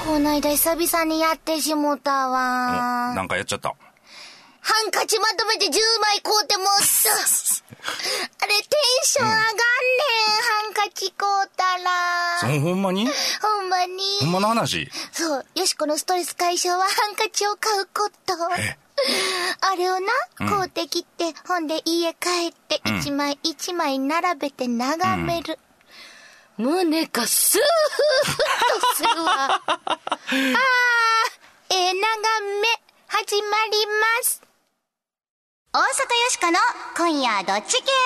こないだ久々にやってしもたわ。 なんかやっちゃった。 ハンカチまとめて10枚買うてもった。あれテンション上がんねん、ハンカチ買うたら。 ほんまに？ ほんまに。 ほんまの話？ そう、よしこのストレス解消はハンカチを買うこと。あれをな、買うてきて、ほんで家帰って一枚一枚並べて眺める。胸がスーッとするわ。眺め始まります。大阪よしこの今夜どっち系。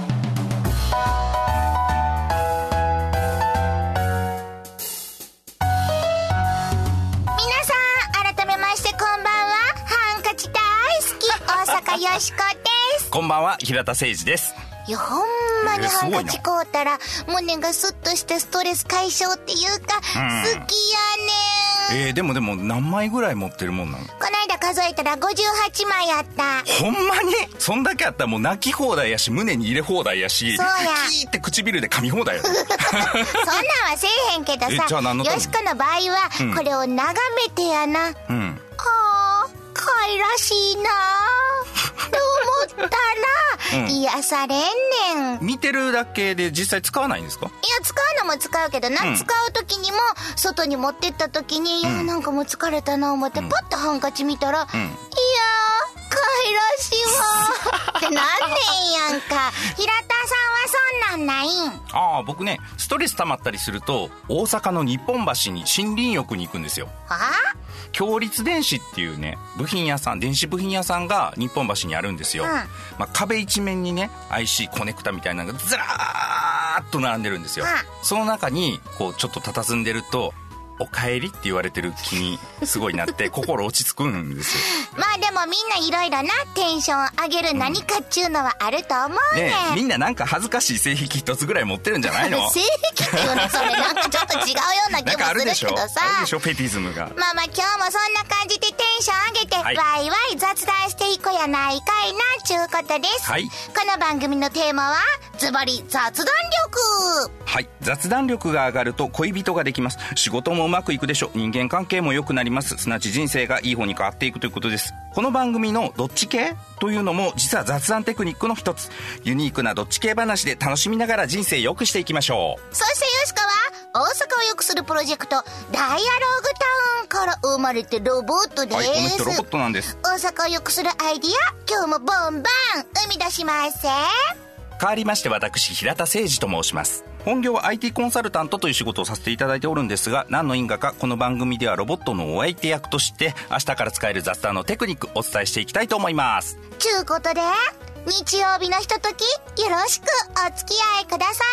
皆さん改めましてこんばんは。ハンカチ大好き大阪よしこです。 こんばんは、平田誠二です。 いやほんまにハンカチ買うたら胸がスッとしてストレス解消っていうか、好きやねん。 でも何枚ぐらい持ってるもんなの？ この間数えたら58枚あった。 ほんまに？そんだけあったらもう泣き放題やし、胸に入れ放題やし、 そうやキーって唇で噛み放題や。 そんなんはせえへんけどさ、 じゃあ何のため？ よしこの場合は、これを眺めてやな。可愛らしいなと思ったら、癒されんねん。 見てるだけで実際使わないんですか？ いや、使うのも使うけどな、使う時にも外に持ってった時に、いやなんかもう疲れたな思って、パッとハンカチ見たら、いやー可愛らしいわってなんねんやんか。平田さんはそんなんないん？ 僕ね、ストレス溜まったりすると大阪の日本橋に森林浴に行くんですよ。共立電子っていうね、電子部品屋さんが日本橋にあるんですよ。壁一面にね IC コネクタみたいなのがずらーっと並んでるんですよ。その中にこうちょっと佇んでると、おかえりって言われてる気にすごいなって心落ち着くんですよ。 まあでもみんないろいろなテンション上げる何かっちゅうのはあると思うね。 みんななんか恥ずかしい性癖一つぐらい持ってるんじゃないの？ 性癖っていうのそれなんかちょっと違うような気もするけどさ。 あるでしょフェティズムが。 まあ今日もそんな感じでテンション上げて、ワイワイ雑談していこやないかいなちゅうことです。この番組のテーマはズバリ雑談力。 雑談力が上がると恋人ができます。仕事もうまくいくでしょう。人間関係も良くなります。すなわち人生がいい方に変わっていくということです。この番組のどっち系というのも実は雑談テクニックの一つ。ユニークなどっち系話で楽しみながら人生良くしていきましょう。 そしてよしこは大阪を良くするプロジェクトダイアローグタウンから生まれてロボットです。 この人ロボットなんです。 大阪を良くするアイディア、今日もボンバン生み出します。 変わりまして私平田誠二と申します。本業は IT コンサルタントという仕事をさせていただいておるんですが、何の因果かこの番組ではロボットのお相手役として明日から使える雑談のテクニックお伝えしていきたいと思います。 ちゅうことで日曜日のひとときよろしくお付き合いください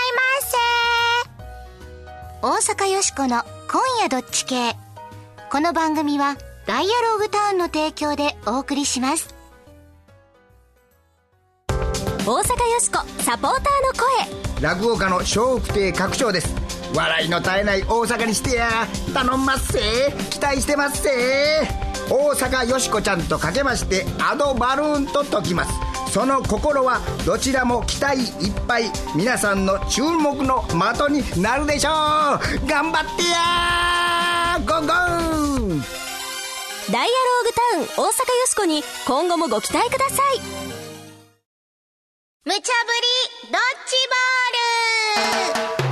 ませ。大阪よしこの今夜どっち系。この番組はダイアローグタウンの提供でお送りします。 大阪よしこサポーターの声。 落語家の笑福亭鶴章です。笑いの絶えない大阪にしてや頼んますせ、期待してますせ。大阪よしこちゃんとかけましてアドバルーンと解きます。その心はどちらも期待いっぱい、皆さんの注目の的になるでしょう。頑張ってやゴーゴー。 ダイアローグタウン大阪よしこに今後もご期待ください。 無茶ぶりドッジボール。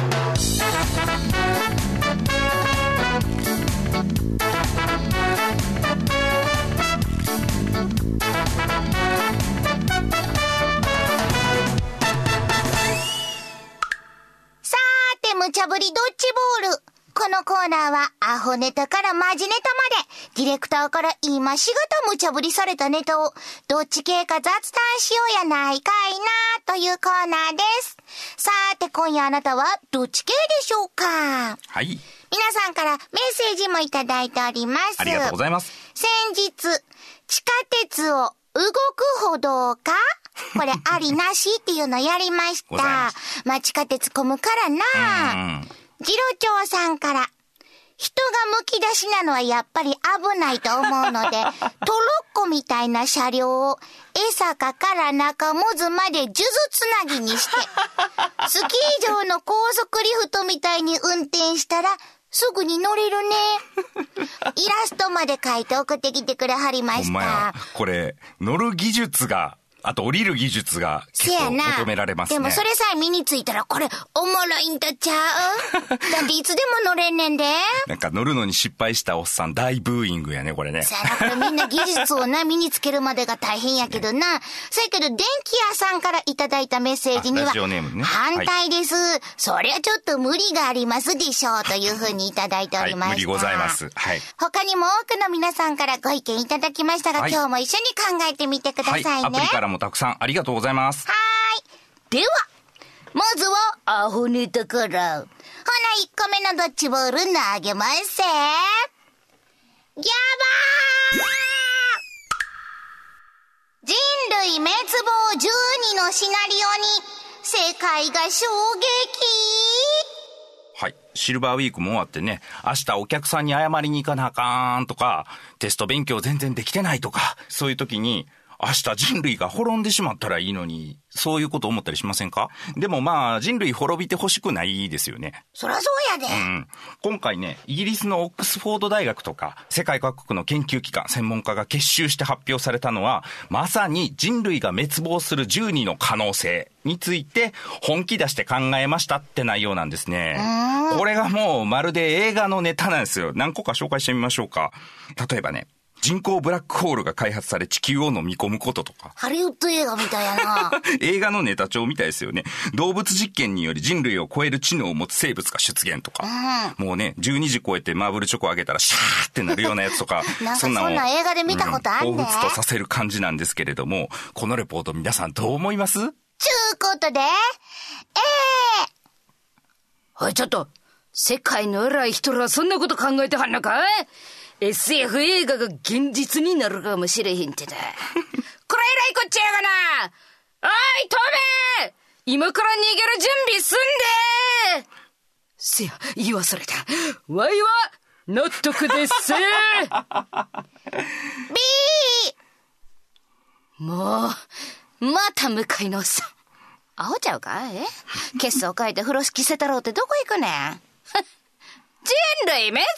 さーて無茶ぶりドッジボール。このコーナーはアホネタからマジネタまで、ディレクターから今しがた無茶ぶりされたネタをどっち系か雑談しようやないかいなというコーナーです。さーて今夜あなたはどっち系でしょうか？皆さんからメッセージもいただいております。 ありがとうございます。 先日地下鉄を動く歩道かこれありなしっていうのやりました。まあ地下鉄混むからな。次郎長さんから、人がむき出しなのはやっぱり危ないと思うので、トロッコみたいな車両を江坂から中百舌まで数珠つなぎにして、スキー場の高速リフトみたいに運転したら、 すぐに乗れるね。イラストまで描いて送ってきてくれはりました。 ほんまや。これ、乗る技術が、あと降りる技術が結構求められますね。 でもそれさえ身についたらこれおもろいんとちゃう？だっていつでも乗れんねんで。 なんか乗るのに失敗したおっさん大ブーイングやね、これね。 さあ、これみんな技術をな、身につけるまでが大変やけどな。そやけど電気屋さんからいただいたメッセージには、 ラジオネームね、 反対です、はい。そりゃちょっと無理がありますでしょうというふうにいただいておりました。 はい、無理ございます。はい。 他にも多くの皆さんからご意見いただきましたが、はい、今日も一緒に考えてみてくださいね。はい、 アプリからもたくさんありがとうございます。 はーい。では、まずはアホネタから。ほな、1個目のドッジボール投げますせ。ギャバー！人類滅亡12のシナリオに世界が衝撃。 はい。シルバーウィークも終わってね、明日お客さんに謝りに行かなあかんとか、テスト勉強全然できてないとか、そういう時に、明日人類が滅んでしまったらいいのに、そういうこと思ったりしませんか？でもまあ人類滅びてほしくないですよね。 そりゃそうやで。 今回ね、イギリスのオックスフォード大学とか世界各国の研究機関、専門家が結集して発表されたのは、まさに人類が滅亡する12の可能性について本気出して考えましたって内容なんですね。これがもうまるで映画のネタなんですよ。何個か紹介してみましょうか。例えばね、人工ブラックホールが開発され地球を飲み込むこととか。 ハリウッド映画みたいやな。 映画のネタ帳みたいですよね。動物実験により人類を超える知能を持つ生物が出現とか。もうね、12時超えてマーブルチョコあげたらシャーってなるようなやつとか。 なんかそんな映画で見たことあるね。 彷彿とさせる感じなんですけれども、このレポート皆さんどう思います？ ちゅうことで、 おい、ちょっと、世界の偉い人らそんなこと考えてはんのか？SF 映画が現実になるかもしれへんってだ。これ偉いこっちゃやがな。おい、飛べ！今から逃げる準備すんで！せや、言い忘れた。わいは、納得ですもう、また向かいのおっさん。アホちゃうか？血相変えて風呂敷せたろうってどこ行くねん？人類滅亡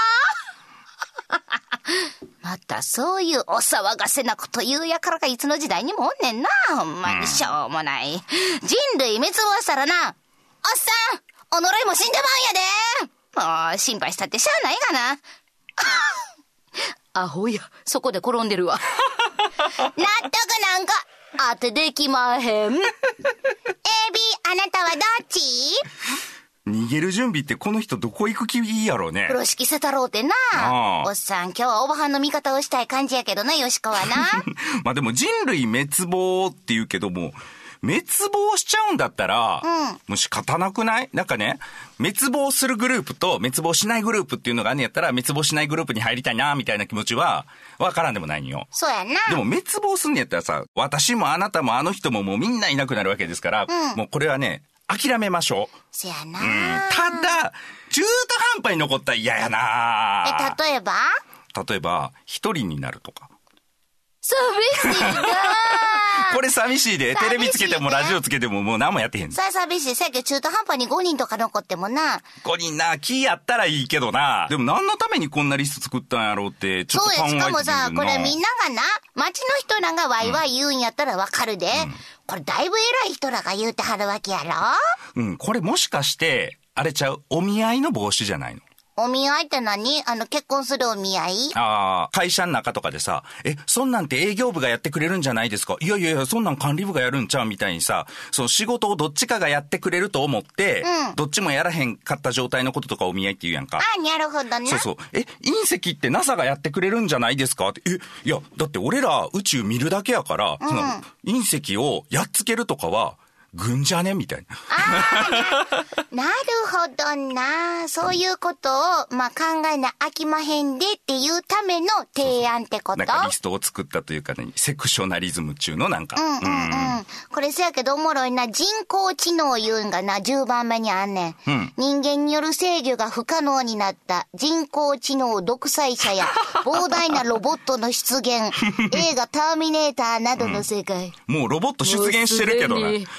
またそういうお騒がせなこと言うやからがいつの時代にもおんねんな。ほんまにしょうもない。人類滅亡したらな、おっさん、己も死んでまうんやで。もう心配したってしゃあないがな。アホや、そこで転んでるわ。納得なんか当てできまへん。AB、あなたはどっち？ 逃げる準備ってこの人どこ行く気やろうね。 風呂敷せたろうってな。おっさん、今日はおばはんの味方をしたい感じやけどな、よしこはな。 まあでも人類滅亡って言うけども、滅亡しちゃうんだったら、もう仕方なくない？なんかね、滅亡するグループと滅亡しないグループっていうのがあんねやったら、滅亡しないグループに入りたいな、みたいな気持ちは、わからんでもないんよ。 そうやな。 でも滅亡すんねやったらさ、私もあなたもあの人ももうみんないなくなるわけですから、もうこれはね、諦めましょう。 せやな。 ただ、中途半端に残ったら嫌やな。 例えば一人になるとか。 寂しいな。 これ寂しいで、テレビつけてもラジオつけてももう何もやってへん。 さあ寂しい。さっき中途半端に5人とか残ってもな。 5人な、気やったらいいけどな。でも何のためにこんなリスト作ったんやろうって、ちょっと考えてみるな。 そうや、しかもさ、これみんながな、街の人らがワイワイ言うんやったらわかるで。これだいぶ偉い人らが言うてはるわけやろ？ これもしかして、あれちゃう、お見合いの帽子じゃないの？ お見合いって何？結婚するお見合い？ 会社の中とかでさ、そんなんて営業部がやってくれるんじゃないですか？いやいやいや、そんなん管理部がやるんちゃうみたいにさ、その仕事をどっちかがやってくれると思って、どっちもやらへんかった状態のこととかお見合いって言うやんか。 なるほどね。 そうそう。隕石って NASA がやってくれるんじゃないですかって。いや、だって俺ら宇宙見るだけやから、その隕石をやっつけるとかは、軍じゃねみたいな。なるほどな。そういうことを、考えな飽きまへんでっていうための提案ってこと？ なんかリストを作ったというかね、セクショナリズム中のなんか。 これせやけどおもろいな。人工知能言うんがな、10番目にあんねん。人間による制御が不可能になった人工知能独裁者や膨大なロボットの出現、映画ターミネーターなどの世界。 もうロボット出現してるけどな。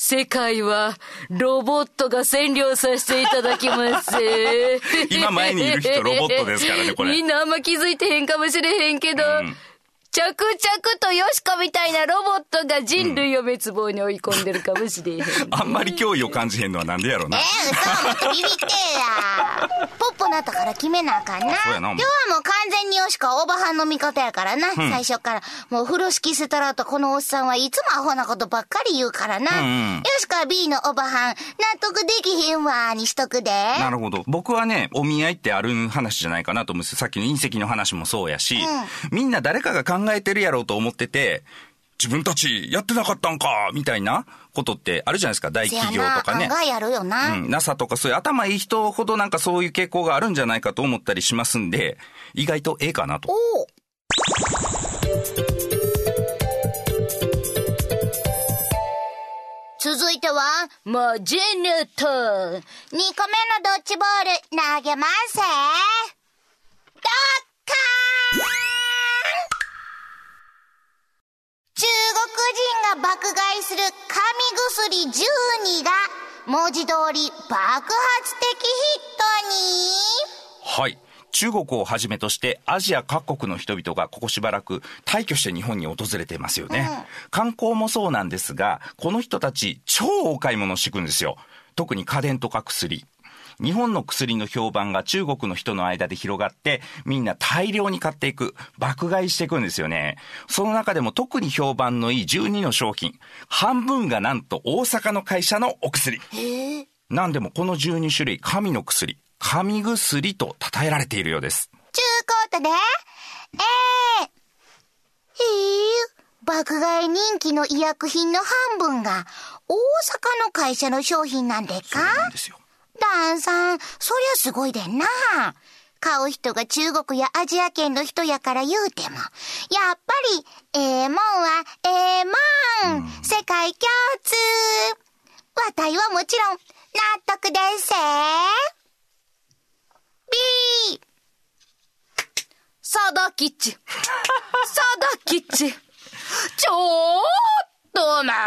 世界はロボットが占領させていただきます。 今前にいる人ロボットですからね、これ。 みんなあんま気づいてへんかもしれへんけど、着々とよしこみたいなロボットが人類を滅亡に追い込んでるかもしれへん。 あんまり脅威を感じへんのはなんでやろうな。 嘘、もっとビビってや。ポッポなったから決めなあかんな。 そうやな。 今日はもう完全によしこはオバハンの味方やからな、最初から。もう風呂敷捨てたらとこのおっさんはいつもアホなことばっかり言うからな。よしこは B のオバハン、納得できへんわにしとくで。 なるほど。僕はね、お見合いってある話じゃないかなと思うんですよ。さっきの隕石の話もそうやし、みんな誰かが考えてるやろうと思ってて、自分たちやってなかったんかみたいなことってあるじゃないですか。大企業とかね。 案外あるよな。 NASA とかそういう頭いい人ほどなんかそういう傾向があるんじゃないかと思ったりしますんで、意外とええかなと。 続いては、 マジェネタ。2個目のドッジボール投げますドッカーン。中国人が爆買いする神薬12が文字通り爆発的ヒットに。 はい。中国をはじめとしてアジア各国の人々がここしばらく大挙して日本に訪れていますよね。観光もそうなんですが、この人たち超お買い物していくんですよ。特に家電とか薬。日本の薬の評判が中国の人の間で広がって、みんな大量に買っていく、爆買いしていくんですよね。その中でも特に評判のいい12の商品、半分がなんと大阪の会社のお薬。なんでもこの12種類、神の薬、神薬と称えられているようです。 ちゅうことで、爆買い人気の医薬品の半分が大阪の会社の商品なんでか？ そうなんですよ。 ダンさん、そりゃすごいでんな。買う人が中国やアジア圏の人やから言うても、やっぱり、もんは世界共通。わたいはもちろん、納得ですせ。B。 サダ吉。ちょっと待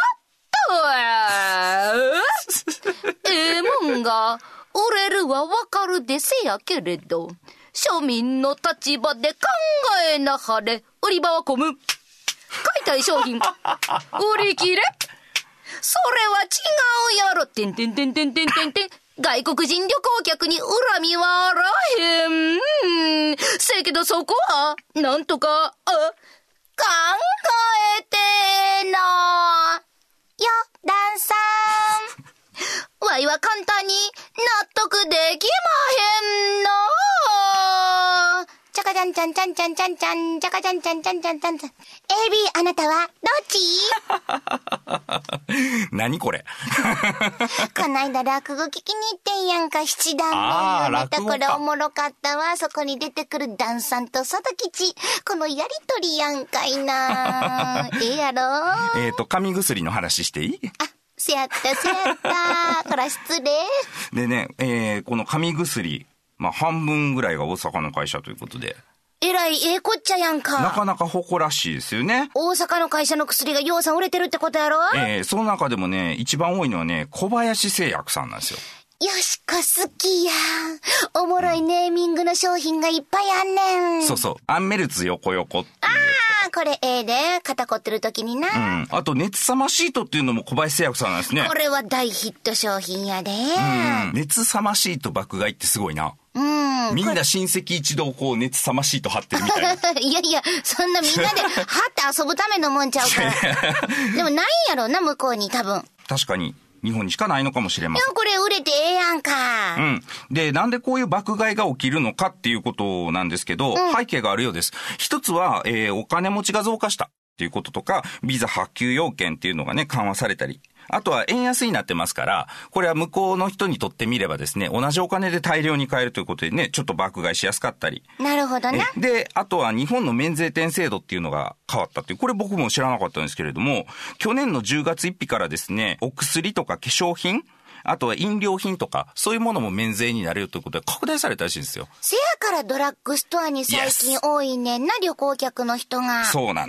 ったもんが売れるはわかるでせやけれど、庶民の立場で考えなはれ。売り場は混む。買いたい商品売り切れ。それは違うやろ。外国人旅行客に恨みはあらへん。せやけどそこはなんとか考えてな。 よ、ダンさん。 わいは簡単に納得できまへんの。 チャカチャンチャンチャンチャンチャンチャン、チャカチャンチャンチャンチャンチャンチャン。AB、あなたはどっち？ 何これこないだ落語聞きに行ってんやんか、七段目のネタ。これおもろかったわ。そこに出てくるダンさんと佐田吉。このやりとりやんかいな。やろ？ 神薬の話していい？ せやった。こら失礼。 でね、この神薬、半分ぐらいが大阪の会社ということで。 えらいこっちゃやんか。 なかなか誇らしいですよね。 大阪の会社の薬がようさん売れてるってことやろ？ その中でもね、一番多いのはね、小林製薬さんなんですよ。 よしこ好きや。おもろいネーミングの商品がいっぱいあんねん。 そうそう。アンメルツ横横っていう。 これで肩凝ってる時にな。 あと熱さまシートっていうのも小林製薬さんなんですね。 これは大ヒット商品やで。 熱さまシート爆買いってすごいな。みんな親戚一同こう熱さまシート貼ってるみたいな。 いや、そんなみんなで貼って遊ぶためのもんちゃうから。でもないんやろな、向こうに多分。 確かに。日本にしかないのかもしれません。 でもこれ売れてええやんか。 で、なんでこういう爆買いが起きるのかっていうことなんですけど、背景があるようです。一つは、お金持ちが増加したっていうこととか、ビザ発給要件っていうのがね、緩和されたり。あとは円安になってますから、これは向こうの人にとってみればですね、同じお金で大量に買えるということでね、ちょっと爆買いしやすかったり。 なるほどね。 で、あとは日本の免税店制度っていうのが変わったっていう、これ僕も知らなかったんですけれども、去年の10月1日からですね、お薬とか化粧品、あとは飲料品とか、そういうものも免税になるよということで拡大されたらしいんですよ。 せやからドラッグストアに最近多いねんな、旅行客の人が。 そうなんです。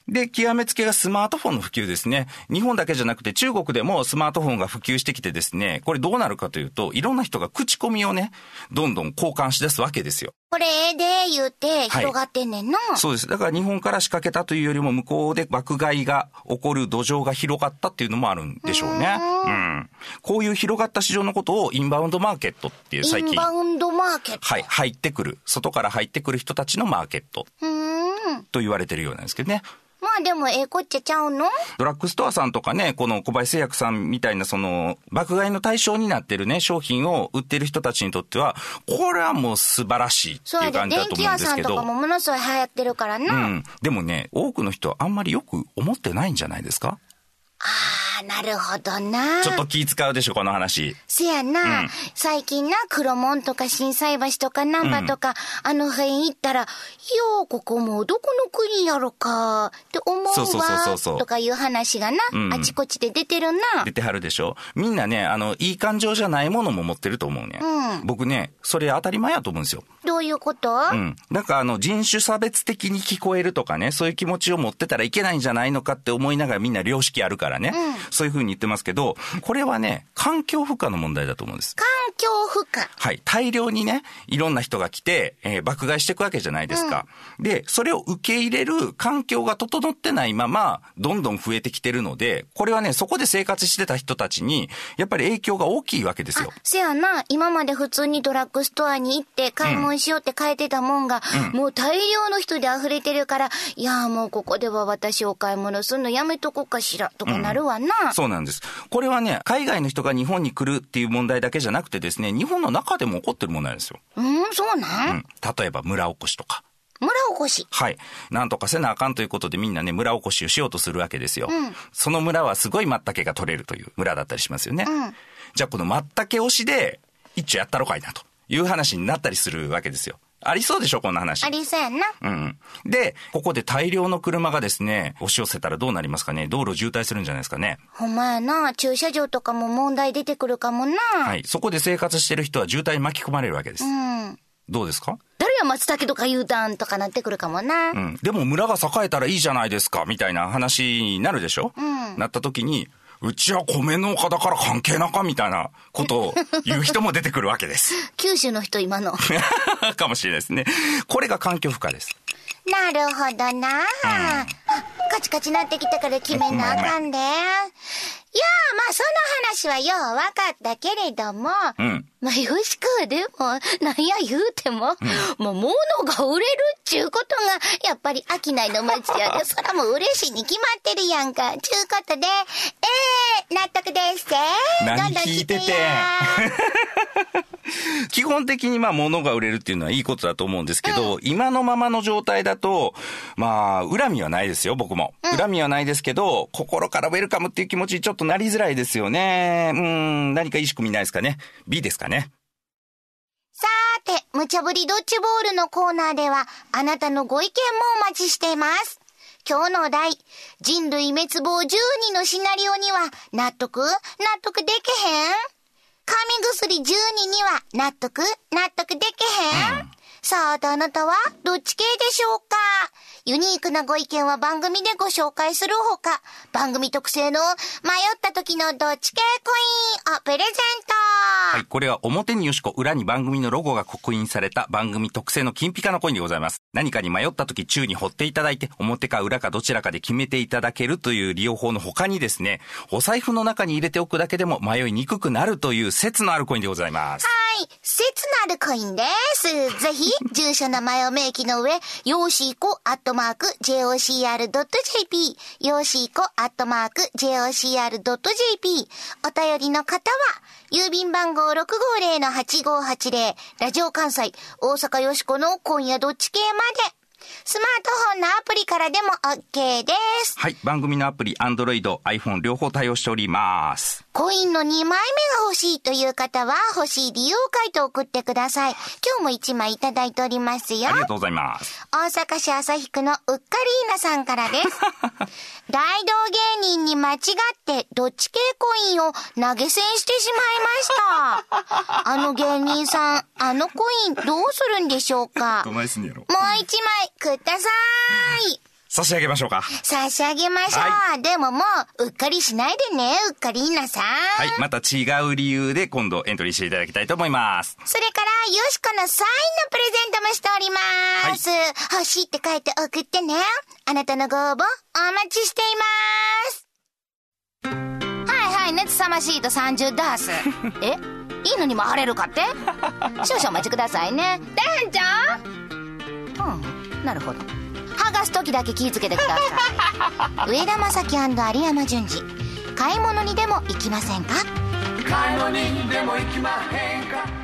で、極めつけがスマートフォンの普及ですね。日本だけじゃなくて中国でもスマートフォンが普及してきてですね、これどうなるかというと、いろんな人が口コミをね、どんどん交換し出すわけですよ。 これで言うて広がってんねんな、 そうです。だから日本から仕掛けたというよりも向こうで爆買いが起こる土壌が広がったっていうのもあるんでしょうね。こういう広がった市場のことをインバウンドマーケットっていう最近。 インバウンドマーケット。 はい。入ってくる。外から入ってくる人たちのマーケット。と言われてるようなんですけどね。 まあでもこっちゃちゃうの？ ドラッグストアさんとかね、この小林製薬さんみたいなその爆買いの対象になってるね、商品を売ってる人たちにとっては、これはもう素晴らしいっていう感じだと思うんですけど。 電気屋さんとかもものすごい流行ってるからな。 でもね、多くの人はあんまりよく思ってないんじゃないですか？ なるほどな。 ちょっと気使うでしょ、この話。 せやな、最近な、黒門とか心斎橋とか難波とか、あの辺行ったら、よう、ここもうどこの国やろか、って思うわ、とかいう話がな、あちこちで出てるな。 出てはるでしょ。みんなね、いい感情じゃないものも持ってると思うね。僕ね、それ当たり前やと思うんですよ。 どういうこと？ なんか人種差別的に聞こえるとかね、そういう気持ちを持ってたらいけないんじゃないのかって思いながらみんな良識あるからね。そういう風に言ってますけど、これはね、環境負荷の問題だと思うんです。 環境負荷？ はい。大量にね、いろんな人が来て、爆買いしていくわけじゃないですか。で、それを受け入れる環境が整ってないまま、どんどん増えてきてるので、これはね、そこで生活してた人たちに、やっぱり影響が大きいわけですよ。 せやな、今まで普通にドラッグストアに行って買い物しようって買えてたもんが、もう大量の人で溢れてるから、いやもうここでは私お買い物するのやめとこうかしら、とかなるわな。 そうなんです。これはね、海外の人が日本に来るっていう問題だけじゃなくてですね、日本の中でも起こってる問題ですよ。 そうなん？ 例えば村おこしとか。 村おこし？ はい。なんとかせなあかんということでみんなね、村おこしをしようとするわけですよ。その村はすごい松茸が取れるという村だったりしますよね。じゃあこの松茸推しで一丁やったろかいなという話になったりするわけですよ。ありそうでしょ、こんな話。 ありそうやな。 で、ここで大量の車がですね、押し寄せたらどうなりますかね。道路渋滞するんじゃないですかね。 ほんまやな。駐車場とかも問題出てくるかもな。 はい。そこで生活してる人は渋滞に巻き込まれるわけです。どうですか？ 誰や松茸とか言うたんとかなってくるかもな。 でも村が栄えたらいいじゃないですか、みたいな話になるでしょ。なった時に、うちは米農家だから関係なかみたいなことを言う人も出てくるわけです。 九州の人今の。 かもしれないですね。これが環境負荷です。 なるほどな。カチカチなってきたから決めなあかんで。いやまあその話はよう分かったけれども、まあよしくでもなんや言うても、もう物が売れるっちゅうことがやっぱり商いの町やで、そらもう嬉しいに決まってるやんか。ちゅうことで納得ですって。 何聞いてて。基本的にまあ物が売れるっていうのはいいことだと思うんですけど、今のままの状態だとまあ恨みはないですよ、僕も。恨みはないですけど、心からウェルカムっていう気持ちにちょっとなりづらいですよね。何かいい仕組みないですかね。B ですかね。 さーて、無茶ぶりドッジボールのコーナーではあなたのご意見もお待ちしています。今日のお題、人類滅亡12のシナリオには納得できへん？神薬12には納得できへん？さあ、あなたはどっち系でしょうか？ユニークなご意見は番組でご紹介するほか、番組特製の迷った時のどっち系コインをプレゼント。 はい、これは表によしこ、裏に番組のロゴが刻印された番組特製の金ピカのコインでございます。何かに迷った時宙に掘っていただいて、表か裏かどちらかで決めていただけるという利用法の他にですね、お財布の中に入れておくだけでも迷いにくくなるという説のあるコインでございます。 はい、説のあるコインです。ぜひ、住所名前を明記の上、よーしーこ@jocr.jp、よーしーこ@jocr.jp、お便りの方は、郵便番号650-8580、ラジオ関西、大阪よしこの今夜どっち系まで。スマートフォンのアプリからでも OK です。 はい、番組のアプリ、Android、iPhone 両方対応しております。 コインの2枚目が欲しいという方は欲しい理由を書いて送ってください。今日も1枚いただいておりますよ。 ありがとうございます。 大阪市旭区のうっかりーなさんからです。大道芸人に間違ってどっち系コインを投げ銭してしまいました。あの芸人さん、あのコインどうするんでしょうか？ どないすんやろ。 もう1枚ください。 差し上げましょうか。 差し上げましょう。はい、でももう、うっかりしないでね、うっかりーなさん。 はい、また違う理由で今度エントリーしていただきたいと思います。 それから、よしこのサインのプレゼントもしております。はい、欲しいって書いて送ってね。あなたのご応募、お待ちしています。 はいはい、熱さまシート30ダース。え、犬にも貼れるかって？少々お待ちくださいね。店長？なるほど。剥がす時だけ気ぃつけてください。上田正樹&有山淳二、買い物にでも行きませんか？ 買い物にでも行きまへんか？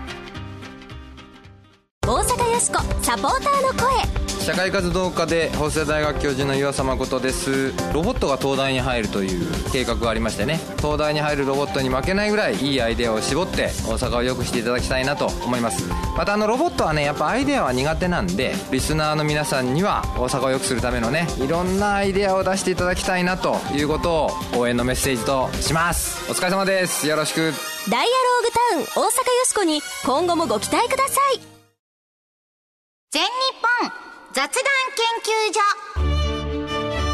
大阪よしこサポーターの声。 社会活動家で法政大学教授の岩佐誠です。ロボットが東大に入るという計画がありましてね、東大に入るロボットに負けないぐらいいいアイデアを絞って大阪を良くしていただきたいなと思います。またロボットはね、やっぱアイデアは苦手なんで、リスナーの皆さんには大阪を良くするためのね、いろんなアイデアを出していただきたいなということを応援のメッセージとします。お疲れ様です。よろしく。 ダイアローグタウン大阪よしこに今後もご期待ください。 全日本雑談研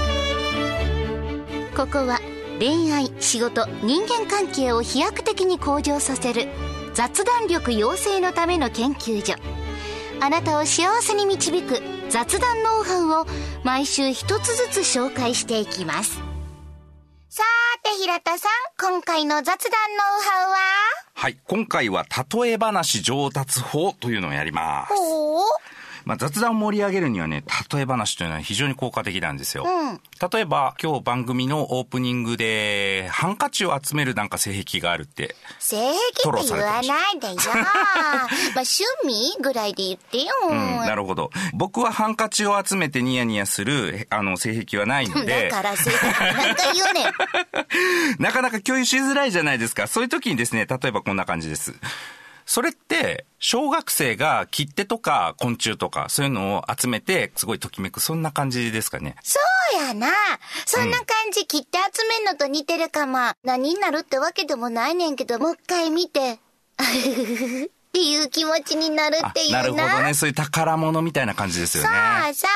究所。ここは恋愛、仕事、人間関係を飛躍的に向上させる雑談力養成のための研究所。あなたを幸せに導く雑談ノウハウを毎週一つずつ紹介していきます。さーて平田さん、今回の雑談ノウハウは？ はい、今回は例え話上達法というのをやります。 ほう。 雑談を盛り上げるにはね、例え話というのは非常に効果的なんですよ。例えば今日番組のオープニングでハンカチを集めるなんか性癖があるって。 性癖って言わないでよ。趣味ぐらいで言ってよ。 なるほど。僕はハンカチを集めてニヤニヤする性癖はないので。 だから性癖なんか言うねん。なかなか共有しづらいじゃないですか。そういう時にですね、例えばこんな感じです。それって小学生が切手とか昆虫とかそういうのを集めてすごいときめく、そんな感じですかね。 そうやな。そんな感じ、切手集めんのと似てるかも。何になるってわけでもないねんけど、もう一回見てっていう気持ちになるっていうな。 なるほどね。そういう宝物みたいな感じですよね。 そう。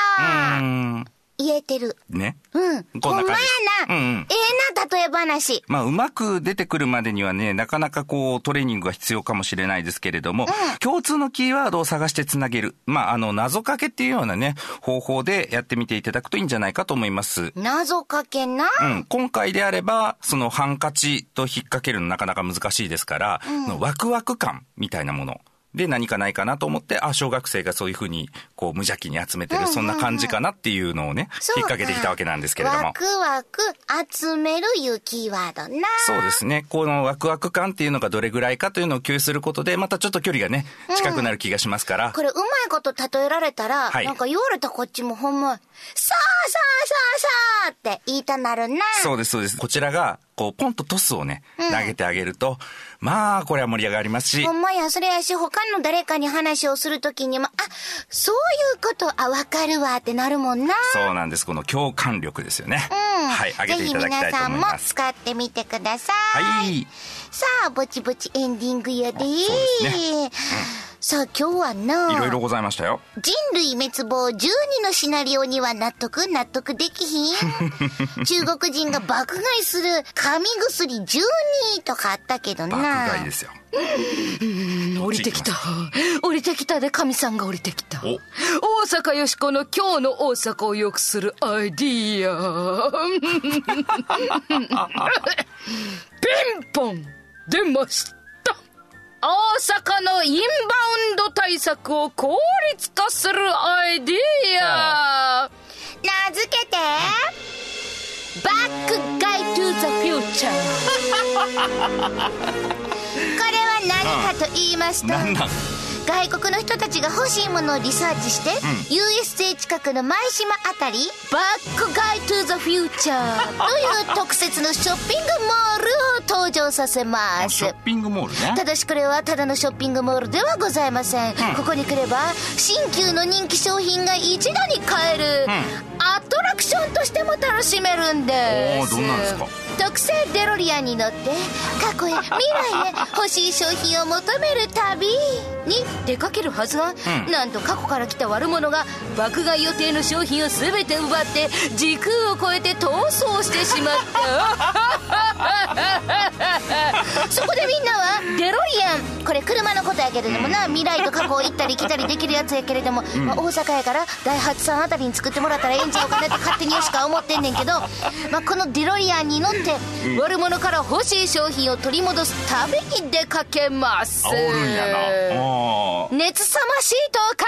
言えてる。 ね。 こんな感じ。ほんまやな。例え話。 うまく出てくるまでにはね、なかなかトレーニングが必要かもしれないですけれども、共通のキーワードを探してつなげる。謎かけっていうようなね、方法でやってみていただくといいんじゃないかと思います。 謎かけな。 今回であれば、そのハンカチと引っ掛けるのなかなか難しいですから、ワクワク感みたいなもの。で何かないかなと思って、小学生がそういうふうに無邪気に集めてる、そんな感じかなっていうのをね、引っ掛けてきたわけなんですけれども。 ワクワク集めるいうキーワードな。 そうですね。このワクワク感っていうのがどれぐらいかというのを共有することで、またちょっと距離がね、近くなる気がしますから。 これうまいこと例えられたら、なんか言われたこっちもほんま、さあって言いたなるな。 そうですそうです。こちらがポンとトスをね、投げてあげると、これは盛り上がりますし。 ほんまや、それやし、他の誰かに話をするときにも、そういうこと、わかるわってなるもんな。 そうなんです。この共感力ですよね。はい、上げていただきたいと思います。 ぜひ皆さんも使ってみてください。 はい。 さあ、ぼちぼちエンディングやで。そうですね。 さあ今日はないろいろございましたよ。 人類滅亡12のシナリオには納得できひん中国人が爆買いする神薬12とかあったけどな。 爆買いですよ。 降りてきたで、神さんが降りてきた。大阪よしこの今日の大阪を良くするアイディアピンポン出ました。大阪のインバウンド対策を効率化するアイディア、 名付けてバックガイトゥザフューチャーこれは何かと言いますと、外国の人たちが欲しいものをリサーチして、USJ 近くの舞島あたりバックガイトゥザフューチャーという特設のショッピングモールを登場させます。 ショッピングモールね。 ただしこれはただのショッピングモールではございません。ここに来れば新旧の人気商品が一度に買える、アトラクションとしても楽しめるんです。 どんなんですか？ 特製デロリアンに乗って過去へ未来へ欲しい商品を求める旅。 に出かけるはずが、なんと過去から来た悪者が爆買い予定の商品を全て奪って時空を超えて逃走してしまったそこでみんなはデロリアン、これ車のことやけれどもな、未来と過去を行ったり来たりできるやつやけれども、大阪やからダイハツさんあたりに作ってもらったらええんちゃうかなって勝手によしか思ってんねんけど、このデロリアンに乗って悪者から欲しい商品を取り戻す旅に出かけます。 おるんやな。 熱さまシートを返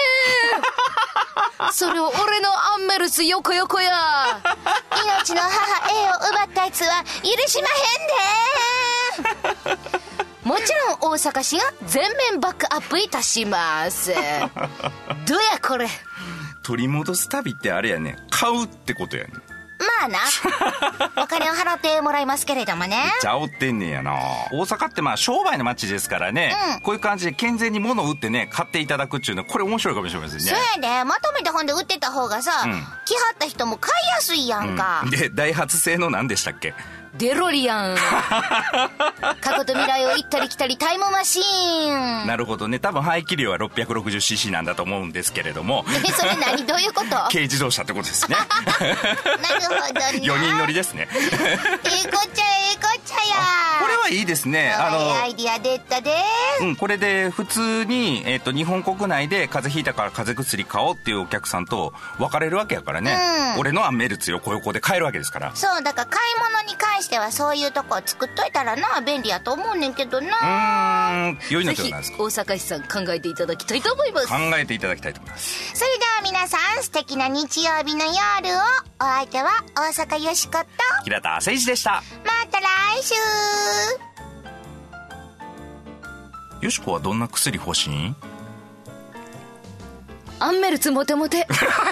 せそれを俺のアンメルス横横や命の母 A を奪ったやつは許しまへんでもちろん大阪市が全面バックアップいたしますどやこれ。 取り戻す旅ってあれやね、買うってことやね。 まあなお金を払ってもらいますけれどもね。 めっちゃ煽ってんねんやな。大阪って商売の街ですからね、こういう感じで健全に物を売ってね買っていただくっていうのはこれ面白いかもしれませんね。 そうやで、まとめてほんで売ってた方がさ、来はった人も買いやすいやんか。 でダイハツ製の何でしたっけ、 デロリアン過去と未来を行ったり来たりタイムマシーン。 なるほどね。多分排気量は 660cc なんだと思うんですけれどもそれ何どういうこと？ 軽自動車ってことですねなるほどな 4人乗りですねええこっちゃや。 これはいいですね。 アイディア出たで。 これで普通に、日本国内で風邪ひいたから風邪薬買おうっていうお客さんと別れるわけやからね、俺のアンメルツ横横で買えるわけですから。 そうだから買い物に関してはそういうとこ作っといたらな便利やと思うねんけどな。 良いのではないですか。 大阪市さん考えていただきたいと思います。 考えていただきたいと思います。 それでは皆さん素敵な日曜日の夜を。お相手は大阪よしこと平田誠一でした。 また来週。 よしこはどんな薬欲しいん？ アンメルツモテモテ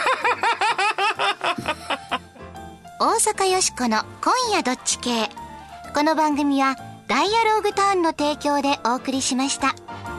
大阪よしこの今夜どっち系。この番組はダイアローグターンの提供でお送りしました。